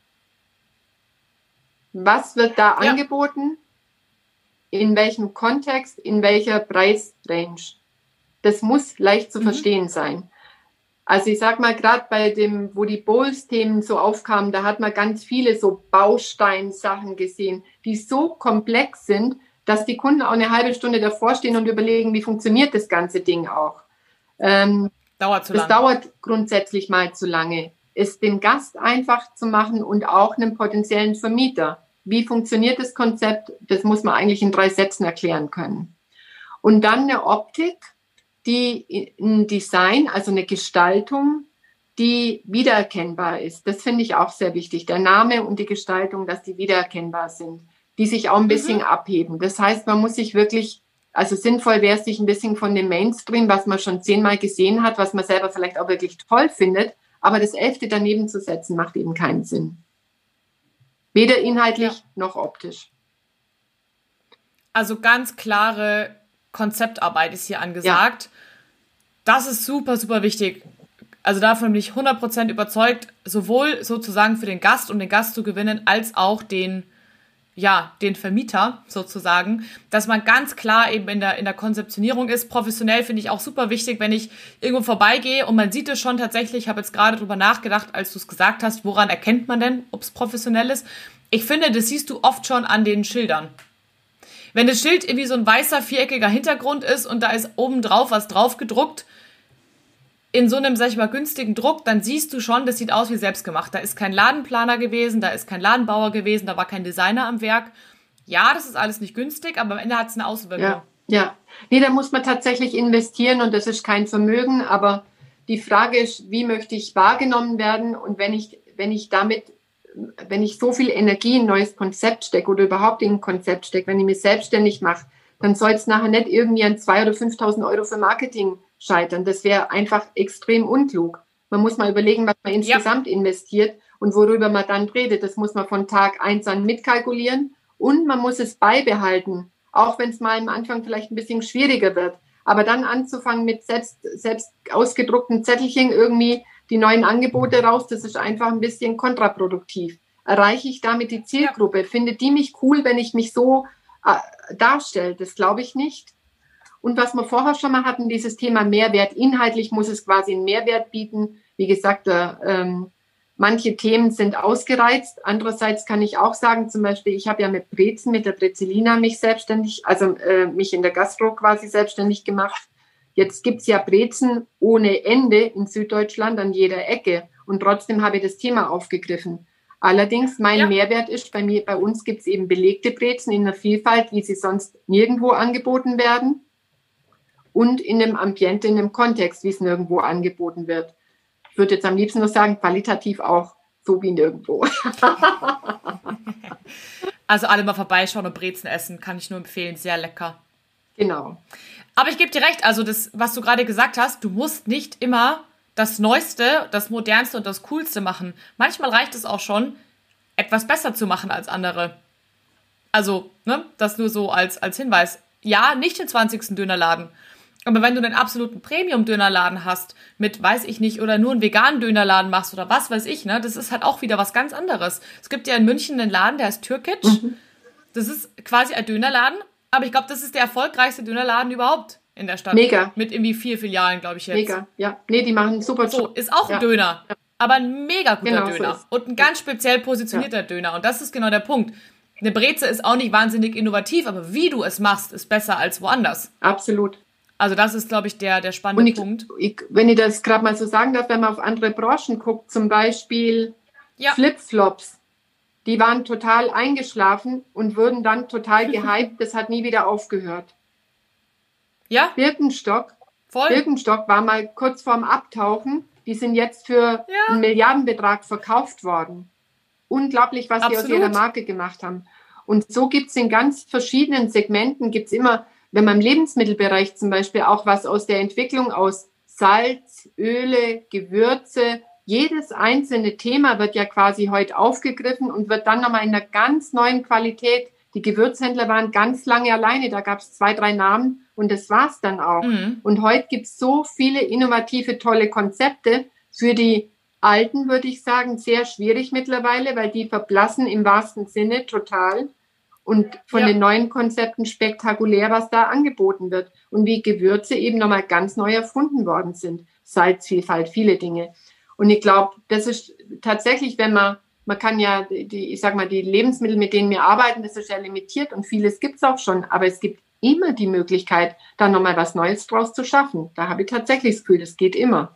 Was wird da angeboten? In welchem Kontext? In welcher Preisrange? Das muss leicht zu verstehen sein. Also ich sag mal, gerade bei dem, wo die Bowls-Themen so aufkamen, da hat man ganz viele so Bausteinsachen gesehen, die so komplex sind, dass die Kunden auch eine halbe Stunde davor stehen und überlegen, wie funktioniert das ganze Ding auch. Dauert zu lange. Das dauert grundsätzlich mal zu lange. Es dem Gast einfach zu machen und auch einem potenziellen Vermieter. Wie funktioniert das Konzept? Das muss man eigentlich in 3 Sätzen erklären können. Und dann eine Optik, die ein Design, also eine Gestaltung, die wiedererkennbar ist. Das finde ich auch sehr wichtig. Der Name und die Gestaltung, dass die wiedererkennbar sind, die sich auch ein bisschen abheben. Das heißt, man muss sich wirklich, also sinnvoll wäre es, sich ein bisschen von dem Mainstream, was man schon 10-mal gesehen hat, was man selber vielleicht auch wirklich toll findet, aber das 11. daneben zu setzen, macht eben keinen Sinn. Weder inhaltlich noch optisch. Also ganz klare Konzeptarbeit ist hier angesagt. Ja. Das ist super, super wichtig. Also davon bin ich 100% überzeugt, sowohl sozusagen für den Gast, um den Gast zu gewinnen, als auch den Vermieter sozusagen, dass man ganz klar eben in der Konzeptionierung ist. Professionell finde ich auch super wichtig, wenn ich irgendwo vorbeigehe und man sieht es schon tatsächlich, ich habe jetzt gerade drüber nachgedacht, als du es gesagt hast, woran erkennt man denn, ob es professionell ist? Ich finde, das siehst du oft schon an den Schildern. Wenn das Schild irgendwie so ein weißer, viereckiger Hintergrund ist und da ist oben drauf was drauf gedruckt, in so einem, sag ich mal, günstigen Druck, dann siehst du schon, das sieht aus wie selbstgemacht. Da ist kein Ladenplaner gewesen, da ist kein Ladenbauer gewesen, da war kein Designer am Werk. Ja, das ist alles nicht günstig, aber am Ende hat es eine Auswirkung. Ja. Nee, da muss man tatsächlich investieren und das ist kein Vermögen, aber die Frage ist, wie möchte ich wahrgenommen werden und wenn ich so viel Energie in ein neues Konzept stecke oder überhaupt in ein Konzept stecke, wenn ich mich selbstständig mache, dann soll es nachher nicht irgendwie an 2.000 oder 5.000 Euro für Marketing scheitern. Das wäre einfach extrem unklug. Man muss mal überlegen, was man insgesamt investiert und worüber man dann redet. Das muss man von Tag 1 an mitkalkulieren und man muss es beibehalten, auch wenn es mal am Anfang vielleicht ein bisschen schwieriger wird. Aber dann anzufangen mit selbst ausgedruckten Zettelchen irgendwie die neuen Angebote raus, das ist einfach ein bisschen kontraproduktiv. Erreiche ich damit die Zielgruppe? Findet die mich cool, wenn ich mich so darstelle? Das glaube ich nicht. Und was wir vorher schon mal hatten, dieses Thema Mehrwert. Inhaltlich muss es quasi einen Mehrwert bieten. Wie gesagt, manche Themen sind ausgereizt. Andererseits kann ich auch sagen, zum Beispiel, ich habe ja mit Brezen, mit der Brezelina mich in der Gastro quasi selbstständig gemacht. Jetzt gibt's ja Brezen ohne Ende in Süddeutschland an jeder Ecke. Und trotzdem habe ich das Thema aufgegriffen. Allerdings, mein Mehrwert ist, bei uns gibt's eben belegte Brezen in der Vielfalt, wie sie sonst nirgendwo angeboten werden. Und in dem Ambiente, in dem Kontext, wie es nirgendwo angeboten wird. Ich würde jetzt am liebsten nur sagen, qualitativ auch so wie nirgendwo. Also alle mal vorbeischauen und Brezen essen, kann ich nur empfehlen, sehr lecker. Genau. Aber ich gebe dir recht, also das, was du gerade gesagt hast, du musst nicht immer das Neueste, das Modernste und das Coolste machen. Manchmal reicht es auch schon, etwas besser zu machen als andere. Also, ne, das nur so als Hinweis. Ja, nicht den 20. Dönerladen. Aber wenn du einen absoluten Premium-Dönerladen hast, mit, weiß ich nicht, oder nur einen veganen Dönerladen machst oder was weiß ich, ne, das ist halt auch wieder was ganz anderes. Es gibt ja in München einen Laden, der heißt Türkic. Das ist quasi ein Dönerladen, aber ich glaube, das ist der erfolgreichste Dönerladen überhaupt in der Stadt. Mega. Mit irgendwie 4 Filialen, glaube ich jetzt. Mega, ja. Nee, die machen einen super Job. So, ist auch ein Döner, aber ein mega guter Genau, so Döner. ist. Und ein ganz speziell positionierter Döner. Und das ist genau der Punkt. Eine Breze ist auch nicht wahnsinnig innovativ, aber wie du es machst, ist besser als woanders. Absolut. Also das ist, glaube ich, der spannende Punkt. Wenn ich das gerade mal so sagen darf, wenn man auf andere Branchen guckt, zum Beispiel Flipflops, die waren total eingeschlafen und wurden dann total gehypt. Das hat nie wieder aufgehört. Ja, Birkenstock war mal kurz vorm Abtauchen. Die sind jetzt für einen Milliardenbetrag verkauft worden. Unglaublich, was die aus ihrer Marke gemacht haben. Und so gibt es in ganz verschiedenen Segmenten, gibt es immer, wenn man im Lebensmittelbereich zum Beispiel auch was aus der Entwicklung aus Salz, Öle, Gewürze, jedes einzelne Thema wird ja quasi heute aufgegriffen und wird dann nochmal in einer ganz neuen Qualität. Die Gewürzhändler waren ganz lange alleine, da gab es 2, 3 Namen und das war's dann auch. Und heute gibt es so viele innovative, tolle Konzepte. Für die Alten würde ich sagen, sehr schwierig mittlerweile, weil die verblassen im wahrsten Sinne total. Und von den neuen Konzepten spektakulär, was da angeboten wird. Und wie Gewürze eben nochmal ganz neu erfunden worden sind. Salzvielfalt, viele Dinge. Und ich glaube, das ist tatsächlich, wenn man kann ja, ich sag mal, die Lebensmittel, mit denen wir arbeiten, das ist ja limitiert und vieles gibt's auch schon. Aber es gibt immer die Möglichkeit, da nochmal was Neues draus zu schaffen. Da habe ich tatsächlich das Gefühl, das geht immer.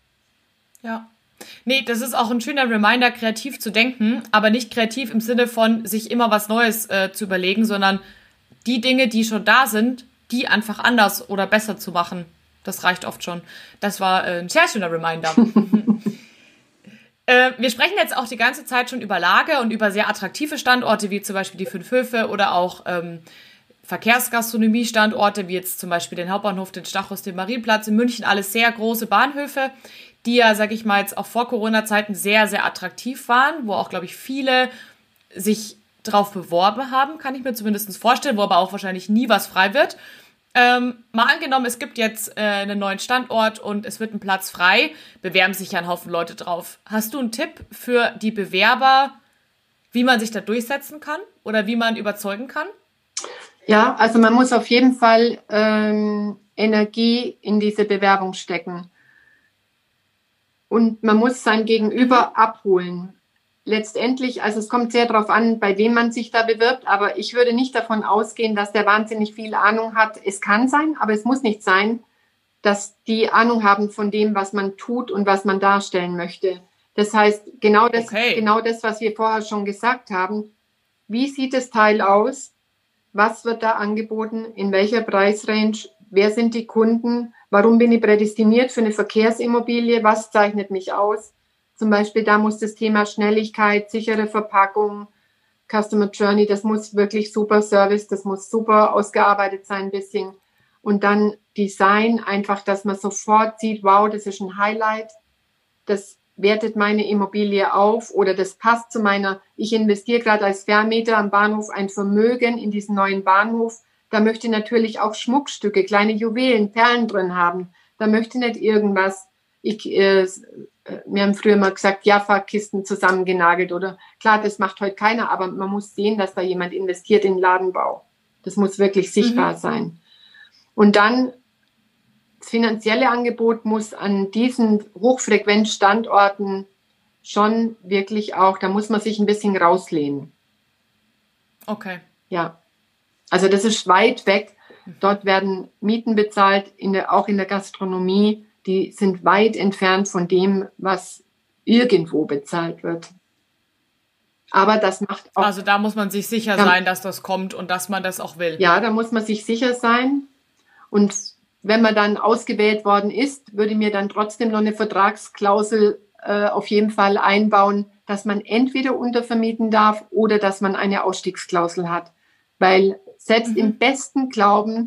Ja. Nee, das ist auch ein schöner Reminder, kreativ zu denken, aber nicht kreativ im Sinne von sich immer was Neues zu überlegen, sondern die Dinge, die schon da sind, die einfach anders oder besser zu machen. Das reicht oft schon. Das war ein sehr schöner Reminder. Wir sprechen jetzt auch die ganze Zeit schon über Lage und über sehr attraktive Standorte, wie zum Beispiel die 5 Höfe oder auch Verkehrsgastronomie-Standorte, wie jetzt zum Beispiel den Hauptbahnhof, den Stachus, den Marienplatz in München, alles sehr große Bahnhöfe, die ja, sag ich mal, jetzt auch vor Corona-Zeiten sehr, sehr attraktiv waren, wo auch, glaube ich, viele sich drauf beworben haben, kann ich mir zumindest vorstellen, wo aber auch wahrscheinlich nie was frei wird. Mal angenommen, es gibt jetzt einen neuen Standort und es wird ein Platz frei, bewerben sich ja ein Haufen Leute drauf. Hast du einen Tipp für die Bewerber, wie man sich da durchsetzen kann oder wie man überzeugen kann? Ja, also man muss auf jeden Fall Energie in diese Bewerbung stecken. Und man muss sein Gegenüber abholen. Letztendlich, also es kommt sehr darauf an, bei wem man sich da bewirbt, aber ich würde nicht davon ausgehen, dass der wahnsinnig viel Ahnung hat. Es kann sein, aber es muss nicht sein, dass die Ahnung haben von dem, was man tut und was man darstellen möchte. Das heißt, genau das, was wir vorher schon gesagt haben. Wie sieht das Teil aus? Was wird da angeboten? In welcher Preisrange? Wer sind die Kunden? Warum bin ich prädestiniert für eine Verkehrsimmobilie? Was zeichnet mich aus? Zum Beispiel, da muss das Thema Schnelligkeit, sichere Verpackung, Customer Journey, das muss wirklich super Service, das muss super ausgearbeitet sein ein bisschen. Und dann Design, einfach, dass man sofort sieht, wow, das ist ein Highlight, das wertet meine Immobilie auf oder das passt zu meiner, ich investiere gerade als Vermieter am Bahnhof ein Vermögen in diesen neuen Bahnhof. Da möchte ich natürlich auch Schmuckstücke, kleine Juwelen, Perlen drin haben. Da möchte ich nicht irgendwas, wir haben früher mal gesagt, Jaffa-Kisten zusammengenagelt oder klar, das macht heute keiner, aber man muss sehen, dass da jemand investiert in den Ladenbau. Das muss wirklich sichtbar sein. Und dann das finanzielle Angebot muss an diesen Hochfrequenzstandorten schon wirklich auch, da muss man sich ein bisschen rauslehnen. Okay. Ja. Also das ist weit weg. Dort werden Mieten bezahlt, auch in der Gastronomie. Die sind weit entfernt von dem, was irgendwo bezahlt wird. Aber das macht auch... Also da muss man sich sicher sein, dass das kommt und dass man das auch will. Ja, da muss man sich sicher sein. Und wenn man dann ausgewählt worden ist, würde mir dann trotzdem noch eine Vertragsklausel auf jeden Fall einbauen, dass man entweder untervermieten darf oder dass man eine Ausstiegsklausel hat. Weil selbst im besten Glauben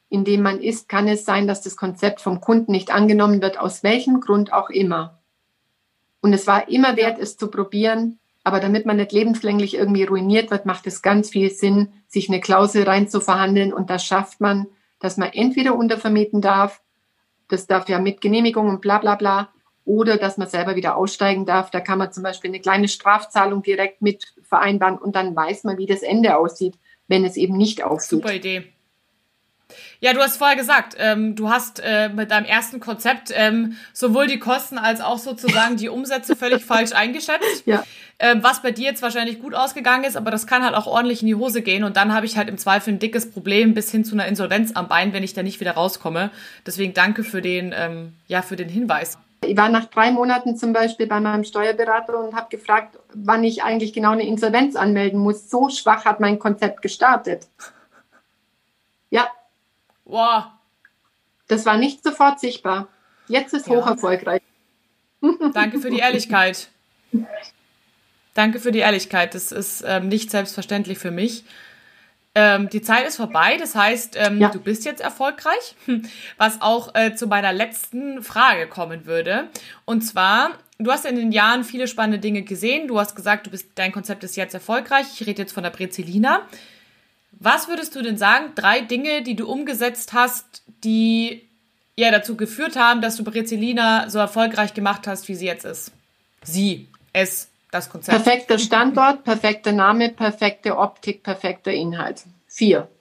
in dem man ist, kann es sein, dass das Konzept vom Kunden nicht angenommen wird, aus welchem Grund auch immer. Und es war immer wert, es zu probieren. Aber damit man nicht lebenslänglich irgendwie ruiniert wird, macht es ganz viel Sinn, sich eine Klausel rein zu verhandeln. Und das schafft man, dass man entweder untervermieten darf, das darf ja mit Genehmigung und bla bla bla, oder dass man selber wieder aussteigen darf. Da kann man zum Beispiel eine kleine Strafzahlung direkt mit vereinbaren und dann weiß man, wie das Ende aussieht, wenn es eben nicht aufgeht. Super Idee. Ja, du hast vorher gesagt, du hast mit deinem ersten Konzept sowohl die Kosten als auch sozusagen die Umsätze völlig falsch eingeschätzt. Ja. Was bei dir jetzt wahrscheinlich gut ausgegangen ist, aber das kann halt auch ordentlich in die Hose gehen. Und dann habe ich halt im Zweifel ein dickes Problem bis hin zu einer Insolvenz am Bein, wenn ich da nicht wieder rauskomme. Deswegen danke für den Hinweis. Ich war nach 3 Monaten zum Beispiel bei meinem Steuerberater und habe gefragt, wann ich eigentlich genau eine Insolvenz anmelden muss. So schwach hat mein Konzept gestartet. Ja. Wow. Das war nicht sofort sichtbar. Jetzt ist hoch erfolgreich. Danke für die Ehrlichkeit. Danke für die Ehrlichkeit. Das ist nicht selbstverständlich für mich. Die Zeit ist vorbei, das heißt, du bist jetzt erfolgreich, was auch zu meiner letzten Frage kommen würde. Und zwar, du hast in den Jahren viele spannende Dinge gesehen. Du hast gesagt, dein Konzept ist jetzt erfolgreich. Ich rede jetzt von der Brezelina. Was würdest du denn sagen, 3 Dinge, die du umgesetzt hast, die ja dazu geführt haben, dass du Brezelina so erfolgreich gemacht hast, wie sie jetzt ist? Das Konzept. Perfekter Standort, perfekter Name, perfekte Optik, perfekter Inhalt. 4.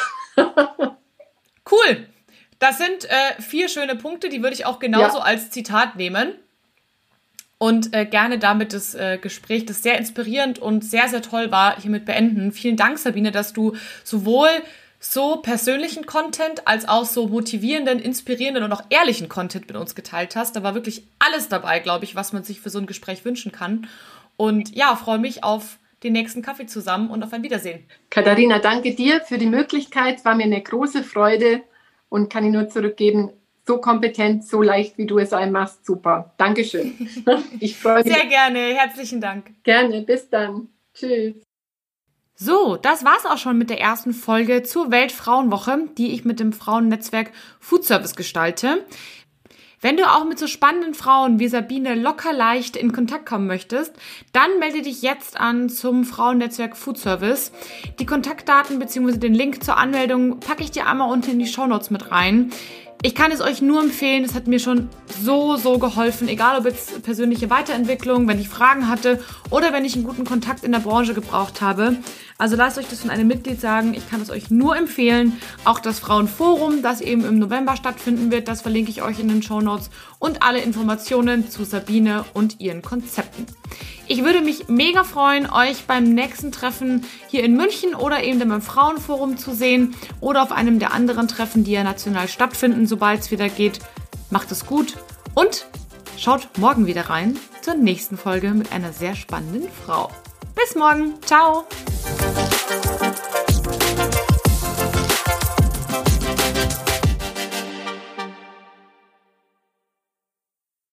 Cool. Das sind 4 schöne Punkte, die würde ich auch genauso als Zitat nehmen. Und gerne damit das Gespräch, das sehr inspirierend und sehr, sehr toll war, hiermit beenden. Vielen Dank, Sabine, dass du sowohl so persönlichen Content als auch so motivierenden, inspirierenden und auch ehrlichen Content mit uns geteilt hast. Da war wirklich alles dabei, glaube ich, was man sich für so ein Gespräch wünschen kann. Und ja, freue mich auf den nächsten Kaffee zusammen und auf ein Wiedersehen. Katharina, danke dir für die Möglichkeit. War mir eine große Freude und kann ich nur zurückgeben. So kompetent, so leicht, wie du es einem machst. Super. Dankeschön. Ich freue mich. Sehr gerne. Herzlichen Dank. Gerne. Bis dann. Tschüss. So, das war's auch schon mit der ersten Folge zur Weltfrauenwoche, die ich mit dem Frauennetzwerk Food Service gestalte. Wenn du auch mit so spannenden Frauen wie Sabine locker leicht in Kontakt kommen möchtest, dann melde dich jetzt an zum Frauennetzwerk Food Service. Die Kontaktdaten bzw. den Link zur Anmeldung packe ich dir einmal unten in die Shownotes mit rein. Ich kann es euch nur empfehlen, es hat mir schon so geholfen, egal ob jetzt persönliche Weiterentwicklung, wenn ich Fragen hatte oder wenn ich einen guten Kontakt in der Branche gebraucht habe. Also lasst euch das von einem Mitglied sagen, ich kann es euch nur empfehlen. Auch das Frauenforum, das eben im November stattfinden wird, das verlinke ich euch in den Shownotes und alle Informationen zu Sabine und ihren Konzepten. Ich würde mich mega freuen, euch beim nächsten Treffen hier in München oder eben beim Frauenforum zu sehen oder auf einem der anderen Treffen, die ja national stattfinden, sobald es wieder geht. Macht es gut und schaut morgen wieder rein zur nächsten Folge mit einer sehr spannenden Frau. Bis morgen. Ciao.